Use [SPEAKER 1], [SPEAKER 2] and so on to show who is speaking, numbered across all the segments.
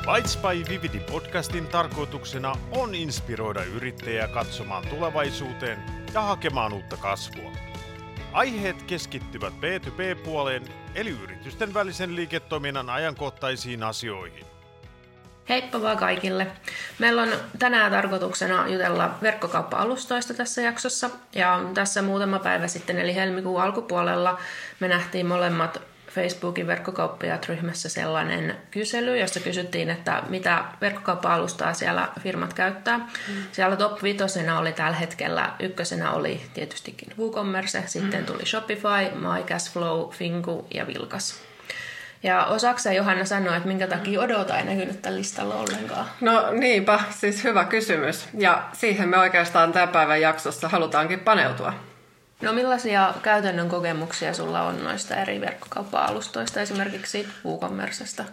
[SPEAKER 1] Bytes by Vividi podcastin tarkoituksena on inspiroida yrittäjää katsomaan tulevaisuuteen ja hakemaan uutta kasvua. Aiheet keskittyvät B2B-puoleen eli yritysten välisen liiketoiminnan ajankohtaisiin asioihin.
[SPEAKER 2] Heippa vaan kaikille. Meillä on tänään tarkoituksena jutella verkkokauppa-alustoista tässä jaksossa. Ja tässä muutama päivä sitten, eli helmikuun alkupuolella, me nähtiin molemmat Facebookin verkkokauppiaat ryhmässä sellainen kysely, jossa kysyttiin, että mitä verkkokauppa-alustaa siellä firmat käyttää. Siellä top 5 oli tällä hetkellä, ykkösenä oli tietystikin WooCommerce, sitten tuli Shopify, MyCashFlow, Fingu ja Vilkas. Ja osaako Johanna sanoa, että minkä takia Odota ei näkynyt tällä listalla ollenkaan?
[SPEAKER 3] No niinpä, siis hyvä kysymys. Ja siihen me oikeastaan tämän päivän jaksossa halutaankin paneutua.
[SPEAKER 2] No millaisia käytännön kokemuksia sulla on noista eri verkkokauppa-alustoista, esimerkiksi WooCommercesta?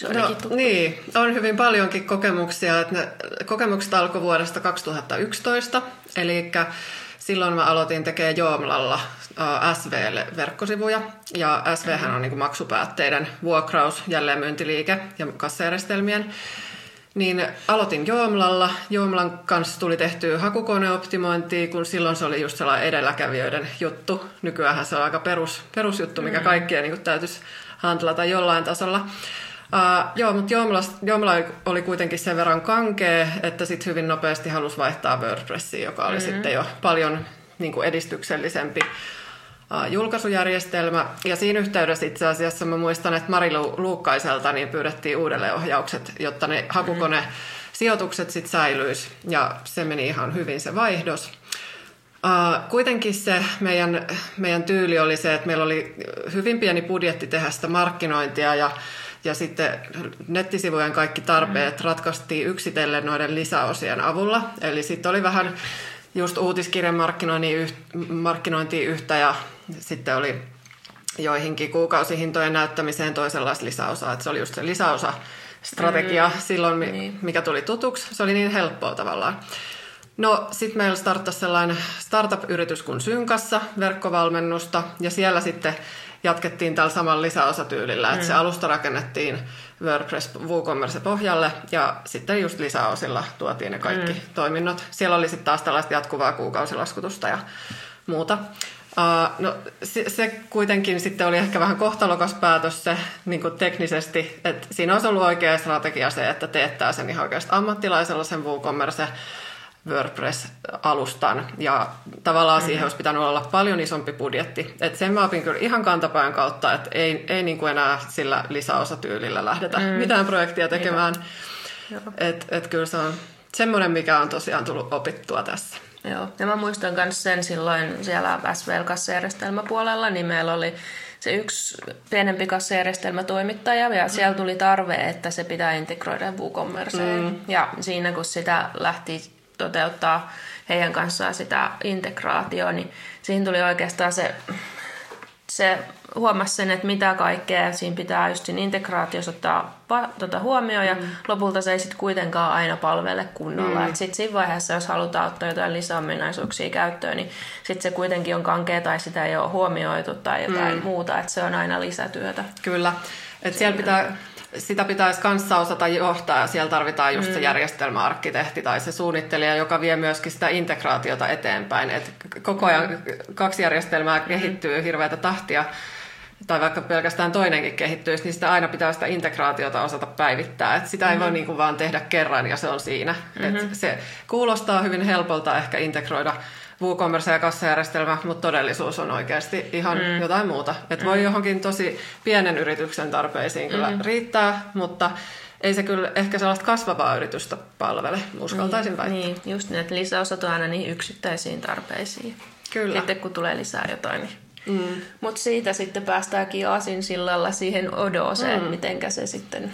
[SPEAKER 3] Niin, on hyvin paljonkin kokemuksia. Että ne kokemukset alkoi vuodesta 2011, eli silloin mä aloitin tekemään Joomlalla SV:lle verkkosivuja. Ja SVhän on niin kuin maksupäätteiden vuokraus, jälleenmyyntiliike ja kassajärjestelmien. Niin aloitin Joomlalla. Joomlan kanssa tuli tehtyä hakukoneoptimointia, kun silloin se oli just sellainen edelläkävijöiden juttu. Nykyäänhän se on aika perusjuttu, mikä kaikkien niin kuin täytyisi handlata jollain tasolla. Mutta Joomla oli kuitenkin sen verran kankea, että sitten hyvin nopeasti halusi vaihtaa WordPressiin, joka oli sitten jo paljon niin kuin edistyksellisempi julkaisujärjestelmä. Ja siinä yhteydessä itse asiassa mä muistan, että Mari Luukkaiselta niin pyydettiin uudelleenohjaukset, jotta ne hakukone-sijoitukset sitten säilyisi. Ja se meni ihan hyvin se vaihdos. Kuitenkin se meidän tyyli oli se, että meillä oli hyvin pieni budjetti tehdä sitä markkinointia ja sitten nettisivujen kaikki tarpeet ratkaistiin yksitellen noiden lisäosien avulla. Eli sitten oli vähän just uutiskirjan markkinointia yhtä ja sitten oli joihinkin kuukausihintojen näyttämiseen toisenlaista lisäosaa. Että se oli just se lisäosastrategia silloin, mikä tuli tutuksi. Se oli niin helppoa tavallaan. No sitten meillä starttasi sellainen startup-yritys kuin Synkassa, verkkovalmennusta, ja siellä sitten jatkettiin tällä samalla lisäosatyylillä, että se alusta rakennettiin WordPress WooCommerce-pohjalle, ja sitten just lisäosilla tuotiin ne kaikki toiminnot. Siellä oli sitten taas tällaista jatkuvaa kuukausilaskutusta ja muuta. No, se kuitenkin sitten oli ehkä vähän kohtalokas päätös se niin kuin teknisesti, että siinä olisi ollut oikea strategia se, että teettää sen ihan oikeasti ammattilaisella sen WooCommerce WordPress-alustan, ja tavallaan siihen olisi pitänyt olla paljon isompi budjetti. Et sen mä opin kyllä ihan kantapään kautta, että ei niin kuin enää sillä lisäosatyylillä lähdetä mitään projektia tekemään. Et kyllä se on semmoinen, mikä on tosiaan tullut opittua tässä.
[SPEAKER 2] Joo, ja mä muistan myös sen silloin siellä SVL-kassajärjestelmäpuolella, niin meillä oli se yksi pienempi kassajärjestelmätoimittaja, ja siellä tuli tarve, että se pitää integroida WooCommerceen. Ja siinä kun sitä lähti toteuttaa heidän kanssaan sitä integraatioa, niin siihen tuli oikeastaan se huomasi sen, että mitä kaikkea siinä pitää just siinä integraatiossa ottaa huomioon, ja lopulta se ei sitten kuitenkaan aina palvele kunnolla. Sitten siinä vaiheessa, jos halutaan ottaa jotain lisäominaisuuksia käyttöön, niin sitten se kuitenkin on kankea tai sitä ei ole huomioitu tai jotain muuta, että se on aina lisätyötä.
[SPEAKER 3] Kyllä, että siellä sitä pitäisi kanssa osata johtaa, ja siellä tarvitaan just se järjestelmäarkkitehti tai se suunnittelija, joka vie myöskin sitä integraatiota eteenpäin. Et koko ajan 2 järjestelmää kehittyy hirveätä tahtia, tai vaikka pelkästään toinenkin kehittyisi, niin sitä aina pitää sitä integraatiota osata päivittää. Et sitä ei voi niinku vaan tehdä kerran ja se on siinä. Et se kuulostaa hyvin helpolta ehkä integroida WooCommerce ja kassajärjestelmä, mutta todellisuus on oikeasti ihan jotain muuta. Et voi johonkin tosi pienen yrityksen tarpeisiin kyllä riittää, mutta ei se kyllä ehkä sellaista kasvavaa yritystä palvele, uskaltaisin väittää.
[SPEAKER 2] Niin, just niin, että lisäosat on aina niihin yksittäisiin tarpeisiin.
[SPEAKER 3] Kyllä.
[SPEAKER 2] Sitten kun tulee lisää jotain, niin. Mutta siitä sitten päästäänkin aasinsillalla siihen Odoseen, mitenkä se sitten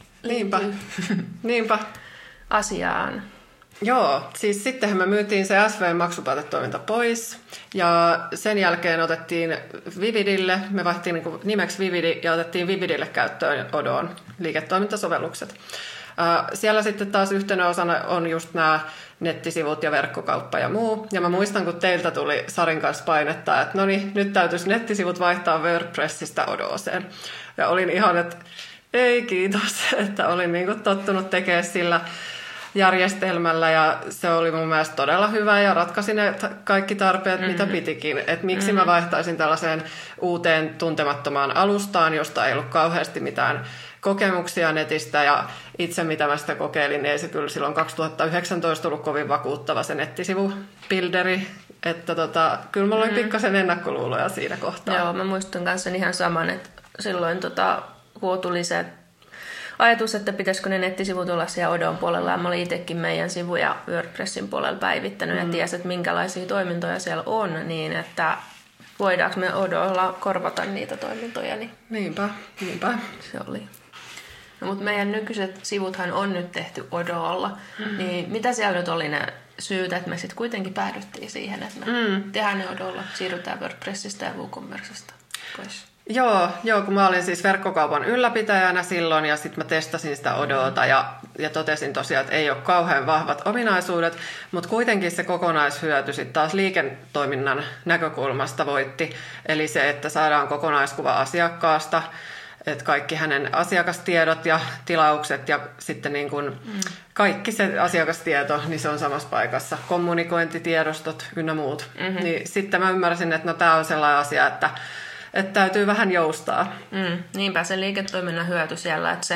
[SPEAKER 3] Niinpä.
[SPEAKER 2] asiaan.
[SPEAKER 3] Joo, siis sittenhän me myytiin se SV-maksupäätetoiminta pois, ja sen jälkeen otettiin Vividille, me vaihtiin niin nimeksi Vividi ja otettiin Vividille käyttöön Odon liiketoimintasovellukset. Siellä sitten taas yhtenä osana on just nämä nettisivut ja verkkokauppa ja muu. Ja mä muistan, kun teiltä tuli Sarin kanssa painetta, että no niin, nyt täytyisi nettisivut vaihtaa WordPressistä Odoseen. Ja olin ihan, että Ei kiitos, että olin niin kuin tottunut tekemään sillä järjestelmällä ja se oli mun mielestä todella hyvä ja ratkaisi ne kaikki tarpeet, mitä pitikin. Että miksi mä vaihtaisin tällaiseen uuteen tuntemattomaan alustaan, josta ei ollut kauheasti mitään kokemuksia netistä ja itse mitä mä sitä kokeilin, niin ei se kyllä silloin 2019 ollut kovin vakuuttava se nettisivu Builderi, että kyllä mulla oli pikkasen ennakkoluuloja siinä kohtaa.
[SPEAKER 2] Joo, mä muistan kanssa ihan saman, että silloin kun tuli se ajatus, että pitäisikö ne nettisivut olla siellä Odon puolella, ja mä olin itsekin meidän sivuja WordPressin puolella päivittänyt ja tiesin, että minkälaisia toimintoja siellä on, niin että voidaanko me Odolla korvata niitä toimintoja. Niin
[SPEAKER 3] niinpä.
[SPEAKER 2] se oli. No, mutta meidän nykyiset sivuthan on nyt tehty Odolla, niin mitä siellä nyt oli ne syyt, että me sitten kuitenkin päädyttiin siihen, että me tehdään ne Odolla, siirrytään WordPressistä ja WooCommercesta pois.
[SPEAKER 3] Joo, kun mä olin siis verkkokaupan ylläpitäjänä silloin ja sitten mä testasin sitä Odota ja totesin tosiaan, että ei ole kauhean vahvat ominaisuudet, mutta kuitenkin se kokonaishyöty sitten taas liiketoiminnan näkökulmasta voitti. Eli se, että saadaan kokonaiskuva asiakkaasta, että kaikki hänen asiakastiedot ja tilaukset ja sitten niin kuin kaikki se asiakastieto, niin se on samassa paikassa. Kommunikointitiedostot ynnä muut. Niin sitten mä ymmärsin, että no tää on sellainen asia, että täytyy vähän joustaa.
[SPEAKER 2] Niinpä se liiketoiminnan hyöty siellä, että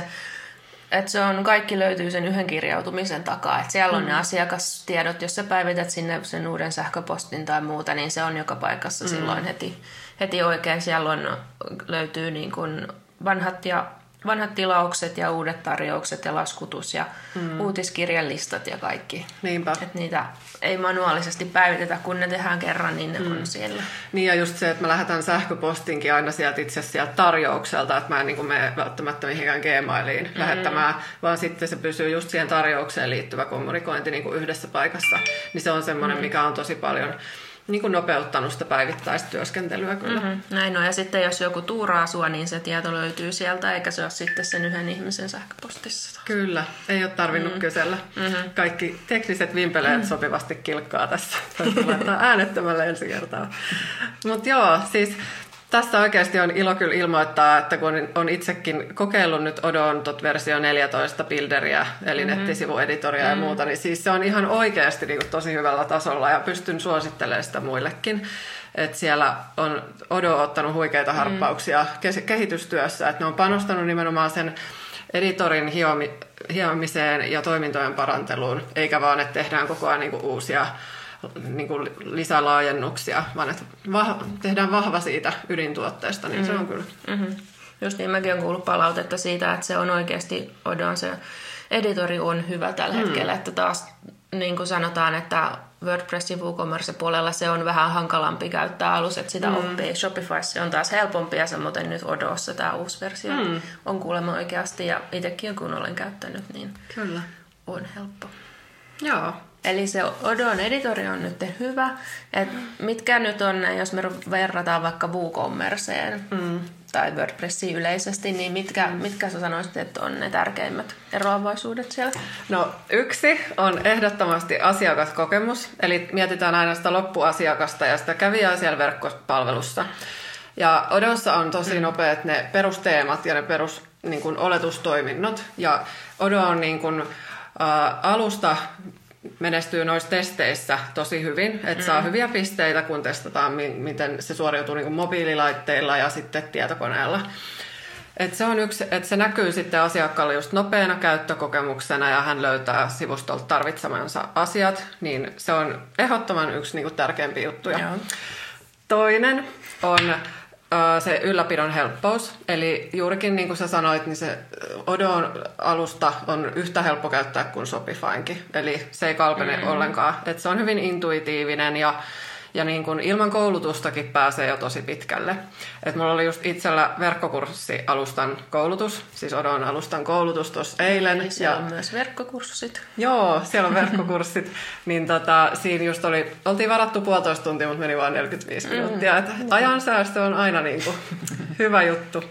[SPEAKER 2] se on, kaikki löytyy sen yhden kirjautumisen takaa. Että siellä on ne asiakastiedot, jos sä päivität sinne sen uuden sähköpostin tai muuta, niin se on joka paikassa silloin heti oikein. Siellä löytyy niin kuin vanhat tilaukset ja uudet tarjoukset ja laskutus ja uutiskirjan-listat ja kaikki.
[SPEAKER 3] Niinpä.
[SPEAKER 2] Että niitä ei manuaalisesti päivitetä, kun ne tehdään kerran, niin ne on siellä.
[SPEAKER 3] Niin ja just se, että mä lähetän sähköpostinkin aina sieltä tarjoukselta, että mä en niin mene välttämättä mihinkään Gmailiin lähettämään, vaan sitten se pysyy just siihen tarjoukseen liittyvä kommunikointi niin kuin yhdessä paikassa. Niin se on semmoinen, mikä on tosi paljon niin kuin nopeuttanut sitä päivittäistä työskentelyä kyllä.
[SPEAKER 2] Näin on. Ja sitten jos joku tuuraa sua, niin se tieto löytyy sieltä, eikä se ole sitten sen yhden ihmisen sähköpostissa.
[SPEAKER 3] Kyllä. Ei ole tarvinnut kysellä. Kaikki tekniset vimpeleet sopivasti kilkkaa tässä. Täytyy laittaa äänettömälle ensi kertaa. Mutta joo, siis tässä oikeasti on ilo kyllä ilmoittaa, että kun on itsekin kokeillut nyt Odon versio 14 Builderiä, eli nettisivueditoria ja muuta, niin siis se on ihan oikeasti niin kuin tosi hyvällä tasolla ja pystyn suosittelemaan sitä muillekin. Että siellä on Odo ottanut huikeita harppauksia kehitystyössä, että ne on panostanut nimenomaan sen editorin hiomiseen ja toimintojen paranteluun, eikä vaan, että tehdään koko ajan niin kuin uusia niin kuin lisälaajennuksia, vaan että tehdään vahva siitä ydintuotteesta, niin se on kyllä.
[SPEAKER 2] Just niin, mäkin olen kuullut palautetta siitä, että se on oikeasti, Odon se editori on hyvä tällä hetkellä, että taas niin kuin sanotaan, että WordPressin WooCommerce-puolella se on vähän hankalampi käyttää alus, että sitä oppii. Shopifyssa on taas helpompi ja samoin nyt Odossa tämä uusi versio on kuulemma oikeasti ja itsekin kun olen käyttänyt, niin
[SPEAKER 3] kyllä
[SPEAKER 2] on helppo.
[SPEAKER 3] Joo.
[SPEAKER 2] Eli se Odon editori on nyt hyvä. Et mitkä nyt on, jos me verrataan vaikka WooCommerceen tai WordPressiin yleisesti, niin mitkä sä sanoisit, että on ne tärkeimmät eroavaisuudet siellä?
[SPEAKER 3] No yksi on ehdottomasti asiakaskokemus. Eli mietitään aina sitä loppuasiakasta ja sitä kävijää siellä verkkopalvelussa. Ja Odossa on tosi nopeat ne perusteemat ja ne perus niin kuin oletustoiminnot. Ja Odo on niin kuin, alusta menestyy noissa testeissä tosi hyvin, että saa hyviä pisteitä, kun testataan, miten se suoriutuu niin kuin mobiililaitteilla ja sitten tietokoneella. Et se on yksi, että se näkyy sitten asiakkaalle just nopeana käyttökokemuksena ja hän löytää sivustolta tarvitsemansa asiat, niin se on ehdottoman yksi niin kuin tärkeimpiä juttuja. Joo. Toinen on se ylläpidon helppous. Eli juurikin niin kuin sä sanoit, niin se Odon alusta on yhtä helppo käyttää kuin Shopifynkin. Eli se ei kalpene ollenkaan. Et se on hyvin intuitiivinen ja niin kuin ilman koulutustakin pääsee jo tosi pitkälle. Et mulla oli just itsellä verkkokurssialustan koulutus, siis Odon alustan koulutus tuossa eilen.
[SPEAKER 2] Eli siellä on myös verkkokurssit.
[SPEAKER 3] Joo, siellä on verkkokurssit. Niin siinä just oltiin varattu 1,5 tuntia, mutta meni vaan 45 minuuttia. Et ajansäästö on aina niin kuin hyvä juttu.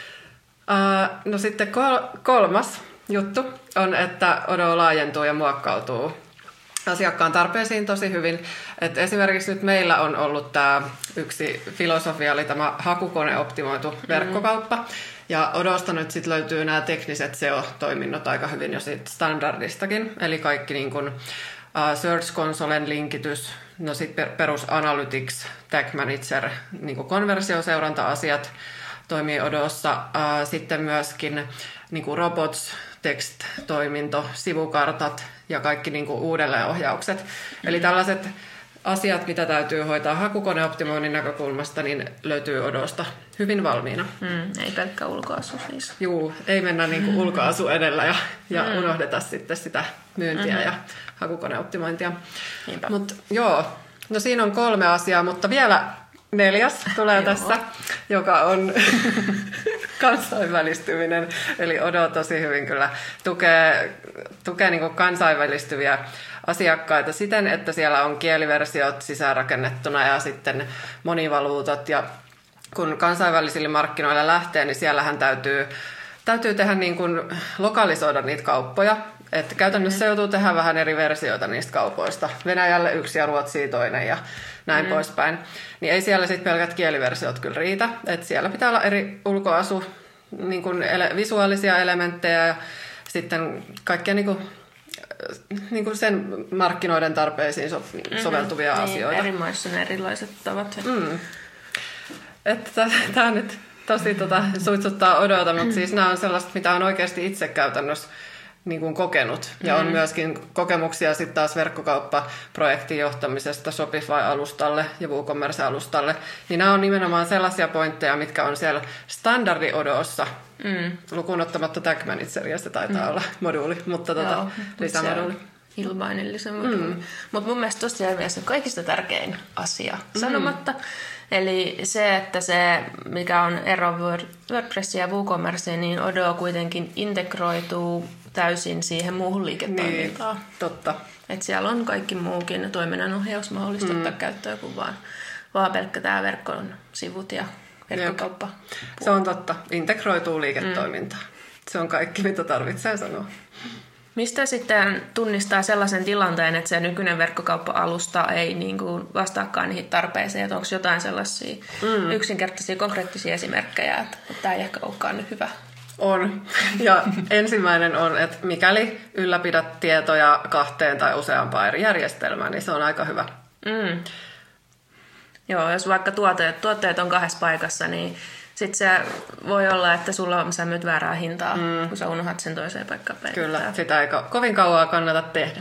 [SPEAKER 3] No sitten kolmas juttu on, että Odo laajentuu ja muokkautuu asiakkaan tarpeisiin tosi hyvin. Et esimerkiksi nyt meillä on ollut tämä yksi filosofia, eli tämä hakukoneoptimoitu verkkokauppa. Ja Odosta nyt sitten löytyy nämä tekniset SEO-toiminnot aika hyvin jo siitä standardistakin. Eli kaikki niin kuin Search Consolen linkitys, no sitten perus Analytics, Tag Manager, niin kuin konversioseuranta-asiat toimii Odossa. Sitten myöskin niin kuin robots, text-toiminto, sivukartat ja kaikki niin kuin uudelleenohjaukset. Eli tällaiset asiat, mitä täytyy hoitaa hakukoneoptimoinnin näkökulmasta, niin löytyy Odosta hyvin valmiina.
[SPEAKER 2] Ei pelkkä ulkoasu siis.
[SPEAKER 3] Juu, ei mennä niin kuin ulkoasu edellä ja unohdeta sitten sitä myyntiä ja hakukoneoptimointia. Mutta joo, no siinä on 3 asiaa, mutta vielä 4 tulee tässä, joka on kansainvälistyminen. Eli Odo tosi hyvin kyllä tukee niin kuin kansainvälistyviä asiakkaita siten, että siellä on kieliversiot sisäänrakennettuna ja sitten monivaluutot. Ja kun kansainvälisille markkinoille lähtee, niin siellähän täytyy tehdä niin kuin lokalisoida niitä kauppoja. Että käytännössä joutuu tehdä vähän eri versioita niistä kaupoista. Venäjälle yksi ja Ruotsiin toinen ja näin poispäin. Niin ei siellä sitten pelkät kieliversiot kyllä riitä. Että siellä pitää olla eri ulkoasu, niin kuin visuaalisia elementtejä ja sitten kaikkea niin kuin sen markkinoiden tarpeisiin soveltuvia asioita.
[SPEAKER 2] Eri maissa ne erilaiset tavat.
[SPEAKER 3] Että tämä nyt tosi suitsuttaa Odota, mutta siis nämä on sellaista, mitä on oikeasti itse käytännössä niin kuin kokenut. Ja on myöskin kokemuksia sitten taas verkkokauppaprojektin johtamisesta Shopify-alustalle ja WooCommerce-alustalle. Niin nämä on nimenomaan sellaisia pointteja, mitkä on siellä standardi-Odossa. Lukuun ottamatta Tag Manageria, se taitaa olla moduuli, mutta lisämoduuli.
[SPEAKER 2] Ilmainen lisämoduuli. Mutta mun mielestä tosiaan mielessä on kaikista tärkein asia sanomatta. Eli se, että se, mikä on ero WordPressia ja WooCommerceen, niin Odo kuitenkin integroituu täysin siihen muuhun liiketoimintaan.
[SPEAKER 3] Niin, totta.
[SPEAKER 2] Että siellä on kaikki muukin toiminnanohjaus mahdollista ottaa käyttöön kuin vaan pelkkä tämä verkon sivut ja verkkokauppa.
[SPEAKER 3] Se on totta. Integroituu liiketoimintaan. Se on kaikki, mitä tarvitsee sanoa.
[SPEAKER 2] Mistä sitten tunnistaa sellaisen tilanteen, että se nykyinen verkkokauppa-alusta ei niin kuin vastaakaan niihin tarpeisiin? Että onko jotain sellaisia yksinkertaisia, konkreettisia esimerkkejä, että tämä ei ehkä olekaan nyt hyvä?
[SPEAKER 3] On. Ja ensimmäinen on, että mikäli ylläpidät tietoja 2 tai useampaan eri järjestelmään, niin se on aika hyvä.
[SPEAKER 2] Joo, jos vaikka tuotteet on 2 paikassa, niin sitten se voi olla, että sä myyt väärää hintaa, kun sä unohdat sen toiseen paikkaan päin.
[SPEAKER 3] Kyllä, sitä ei kovin kauaa kannata tehdä.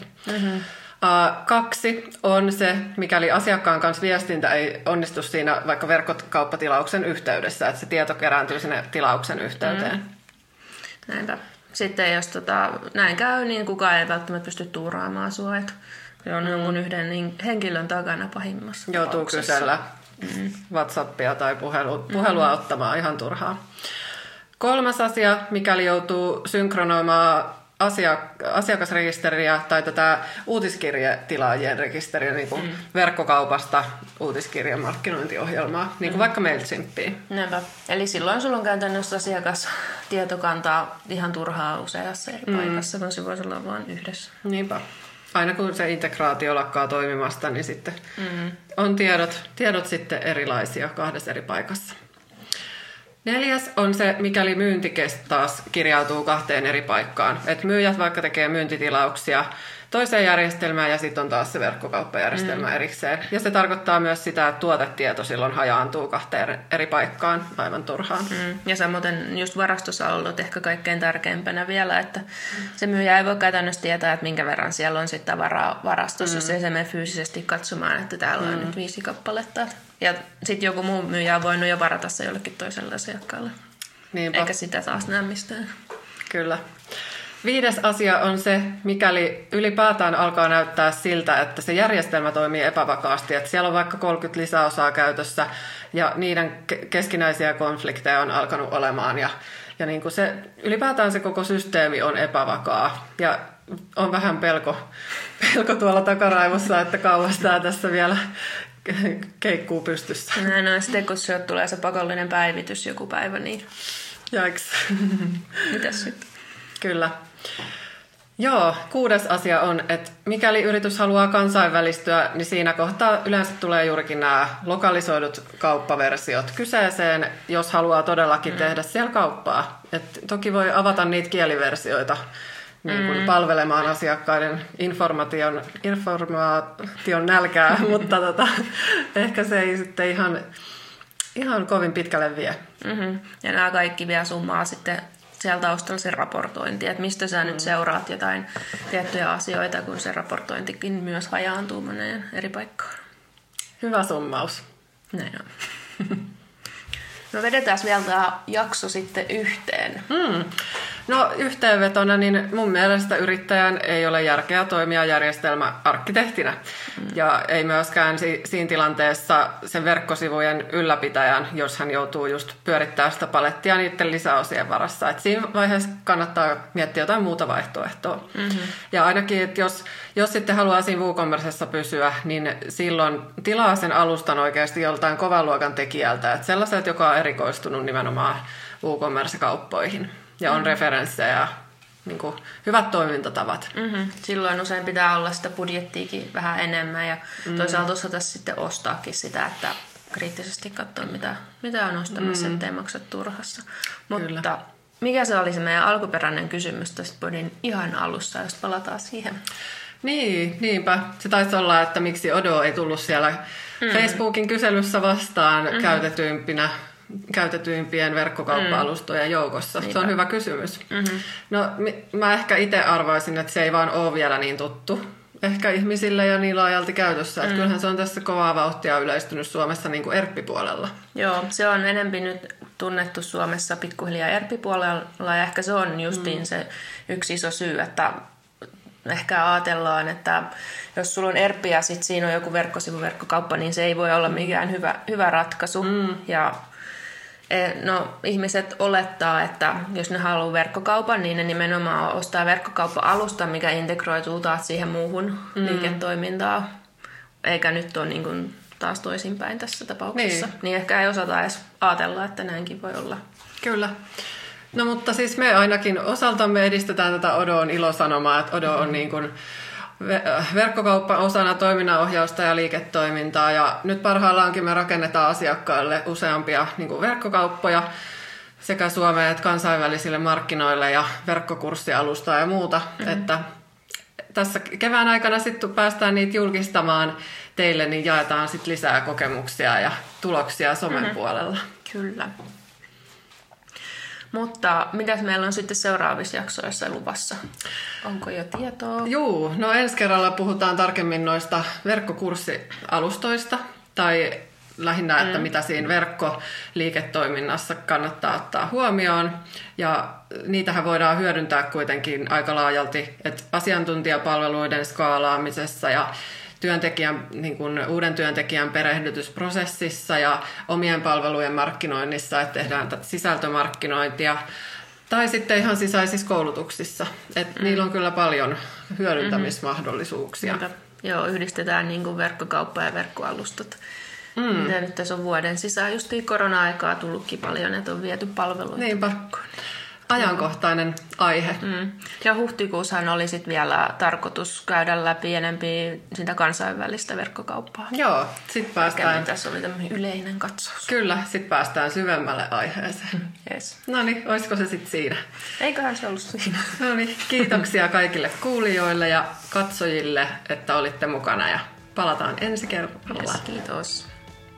[SPEAKER 3] 2 on se, mikäli asiakkaan kanssa viestintä ei onnistu siinä vaikka verkkokauppatilauksen yhteydessä, että se tieto kerääntyy sinne tilauksen yhteyteen.
[SPEAKER 2] Näinpä. Sitten jos näin käy, niin kukaan ei välttämättä pysty tuuraamaan sua. Että se on jonkun yhden henkilön takana pahimmassa
[SPEAKER 3] joutuu kysellä WhatsAppia tai puhelua ottamaan ihan turhaan. 3 asia, mikäli joutuu synkronoimaan asiakasrekisteriä tai tätä uutiskirjetilaajien rekisteriä niin kuin verkkokaupasta uutiskirjan markkinointiohjelmaa, niin kuin vaikka MailChimpiin.
[SPEAKER 2] Näinpä. Eli silloin sulla on käytännössä asiakastietokantaa ihan turhaa useassa eri paikassa, kun se voisi olla vain yhdessä.
[SPEAKER 3] Niinpä. Aina kun se integraatio lakkaa toimimasta, niin sitten on tiedot sitten erilaisia 2 eri paikassa. 4 on se, mikäli myynti taas kirjautuu 2 eri paikkaan. Et myyjät vaikka tekee myyntitilauksia toiseen järjestelmään ja sitten on taas se verkkokauppajärjestelmä erikseen. Ja se tarkoittaa myös sitä, että tuotetieto silloin hajaantuu 2 eri paikkaan aivan turhaan.
[SPEAKER 2] Ja samoin just varastossa on ollut ehkä kaikkein tärkeimpänä vielä, että se myyjä ei voi käytännössä tietää, että minkä verran siellä on sitten tavaraa varastossa, jos ei se mene fyysisesti katsomaan, että täällä on nyt 5 kappaletta. Ja sitten joku muu myyjä on voinut jo varata se jollekin toiselle asiakkaalle. Niinpä. Eikä sitä taas näe mistään.
[SPEAKER 3] Kyllä. 5 asia on se, mikäli ylipäätään alkaa näyttää siltä, että se järjestelmä toimii epävakaasti, että siellä on vaikka 30 lisäosaa käytössä ja niiden keskinäisiä konflikteja on alkanut olemaan ja niin kuin ylipäätään se koko systeemi on epävakaa ja on vähän pelko tuolla takaraivossa, että kauas tämä tässä vielä keikkuu pystyssä.
[SPEAKER 2] Näin on sitten, kun tulee se pakollinen päivitys joku päivä, niin
[SPEAKER 3] jaiks.
[SPEAKER 2] Mitäs sitten?
[SPEAKER 3] Kyllä. Joo, 6. asia on, että mikäli yritys haluaa kansainvälistyä, niin siinä kohtaa yleensä tulee juurikin nämä lokalisoidut kauppaversiot kyseeseen, jos haluaa todellakin tehdä siellä kauppaa. Et toki voi avata niitä kieliversioita niin kuin palvelemaan asiakkaiden informaation nälkää, mutta ehkä se ei sitten ihan kovin pitkälle vie.
[SPEAKER 2] Mm-hmm. Ja nämä kaikki vielä summaa sitten siellä taustalla se raportointi, että mistä sä nyt seuraat jotain tiettyjä asioita, kun se raportointikin myös hajaantuu moneen eri paikkaan.
[SPEAKER 3] Hyvä summaus.
[SPEAKER 2] Näin on. No vedetään vielä tämä jakso sitten yhteen.
[SPEAKER 3] No yhteenvetona, niin mun mielestä yrittäjän ei ole järkeä toimia järjestelmäarkkitehtinä. Ja ei myöskään siinä tilanteessa sen verkkosivujen ylläpitäjän, jos hän joutuu just pyörittämään sitä palettia niiden lisäosien varassa. Et siinä vaiheessa kannattaa miettiä jotain muuta vaihtoehtoa. Ja ainakin, että jos sitten haluaa siinä WooCommercessa pysyä, niin silloin tilaa sen alustan oikeasti joltain kovan luokan tekijältä. Että sellaiset, joka on erikoistunut nimenomaan WooCommerce-kauppoihin. Ja on referenssejä ja niin kuin, hyvät toimintatavat.
[SPEAKER 2] Silloin usein pitää olla sitä budjettiakin vähän enemmän ja toisaalta osata sitten ostaakin sitä, että kriittisesti katsoa, mitä on ostamassa, ettei maksa turhassa. Mutta
[SPEAKER 3] Kyllä.
[SPEAKER 2] Mikä se oli se meidän alkuperäinen kysymys tästä podin ihan alussa, jos palataan siihen?
[SPEAKER 3] Niinpä. Se taisi olla, että miksi Odoo ei tullut siellä Facebookin kyselyssä vastaan käytetyimpien verkkokauppa-alustojen joukossa. Niinpä. Se on hyvä kysymys. No, mä ehkä itse arvaisin, että se ei vaan ole vielä niin tuttu ehkä ihmisille ja niin laajalti käytössä. Että kyllähän se on tässä kovaa vauhtia yleistynyt Suomessa niin kuin ERP-puolella.
[SPEAKER 2] Joo, se on enemmän nyt tunnettu Suomessa pikkuhiljaa ERP-puolella ja ehkä se on justiin se yksi iso syy, että ehkä ajatellaan, että jos sulla on ERP ja sitten siinä on joku verkkosivuverkkokauppa, niin se ei voi olla mikään hyvä ratkaisu. Ja no, ihmiset olettaa, että jos ne haluaa verkkokaupan, niin ne nimenomaan ostaa verkkokauppa-alusta, mikä integroituu taas siihen muuhun liiketoimintaan. Eikä nyt ole niin kuin taas toisinpäin tässä tapauksessa. Niin ehkä ei osata edes ajatella, että näinkin voi olla.
[SPEAKER 3] Kyllä. No mutta siis me ainakin osaltamme edistetään tätä Odoon ilosanomaa, että Odoo on niin kuin verkkokauppa osana toiminnanohjausta ja liiketoimintaa. Ja nyt parhaillaankin me rakennetaan asiakkaille useampia niin kuin verkkokauppoja sekä Suomeen että kansainvälisille markkinoille ja verkkokurssialustaa ja muuta. Että tässä kevään aikana sitten päästään niitä julkistamaan teille, niin jaetaan sitten lisää kokemuksia ja tuloksia somen puolella.
[SPEAKER 2] Kyllä. Mutta mitäs meillä on sitten seuraavissa jaksoissa luvassa? Onko jo tietoa?
[SPEAKER 3] Juu, no ensi kerralla puhutaan tarkemmin noista verkkokurssialustoista tai lähinnä, että mitä siinä verkkoliiketoiminnassa kannattaa ottaa huomioon. Ja niitähän voidaan hyödyntää kuitenkin aika laajalti, että asiantuntijapalveluiden skaalaamisessa ja niin kuin uuden työntekijän perehdytysprosessissa ja omien palvelujen markkinoinnissa, että tehdään sisältömarkkinointia tai sitten ihan sisäisissä koulutuksissa. Että niillä on kyllä paljon hyödyntämismahdollisuuksia.
[SPEAKER 2] Joo, yhdistetään niin kuin verkkokauppa ja verkkoalustat. Mitä nyt tässä on vuoden sisään justiin korona-aikaa tullutkin paljon, että on viety palveluita.
[SPEAKER 3] Niinpä. Ajankohtainen aihe.
[SPEAKER 2] Ja huhtikuussahan oli sitten vielä tarkoitus käydä läpi enempi sitä kansainvälistä verkkokauppaa.
[SPEAKER 3] Joo, sitten päästään.
[SPEAKER 2] Tässä oli tämmöinen yleinen katsaus.
[SPEAKER 3] Kyllä, sitten päästään syvemmälle aiheeseen.
[SPEAKER 2] Yes.
[SPEAKER 3] No niin, olisiko se sitten siinä?
[SPEAKER 2] Eiköhän se ollut siinä.
[SPEAKER 3] No niin, kiitoksia kaikille kuulijoille ja katsojille, että olitte mukana ja palataan ensi kerralla.
[SPEAKER 2] Yes, kiitos.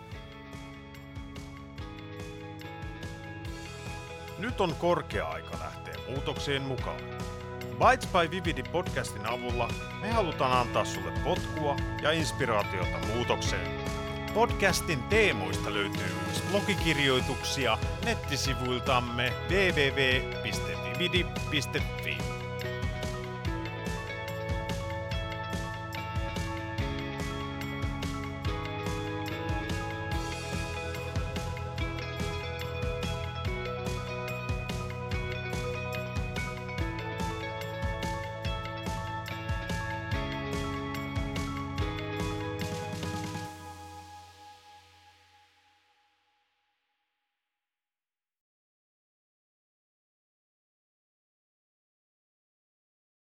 [SPEAKER 1] Nyt on korkea aika lähteä muutokseen mukaan. Bytes by Vividi podcastin avulla me halutaan antaa sulle potkua ja inspiraatiota muutokseen. Podcastin teemoista löytyy myös blogikirjoituksia nettisivuiltamme www.vividi.fi.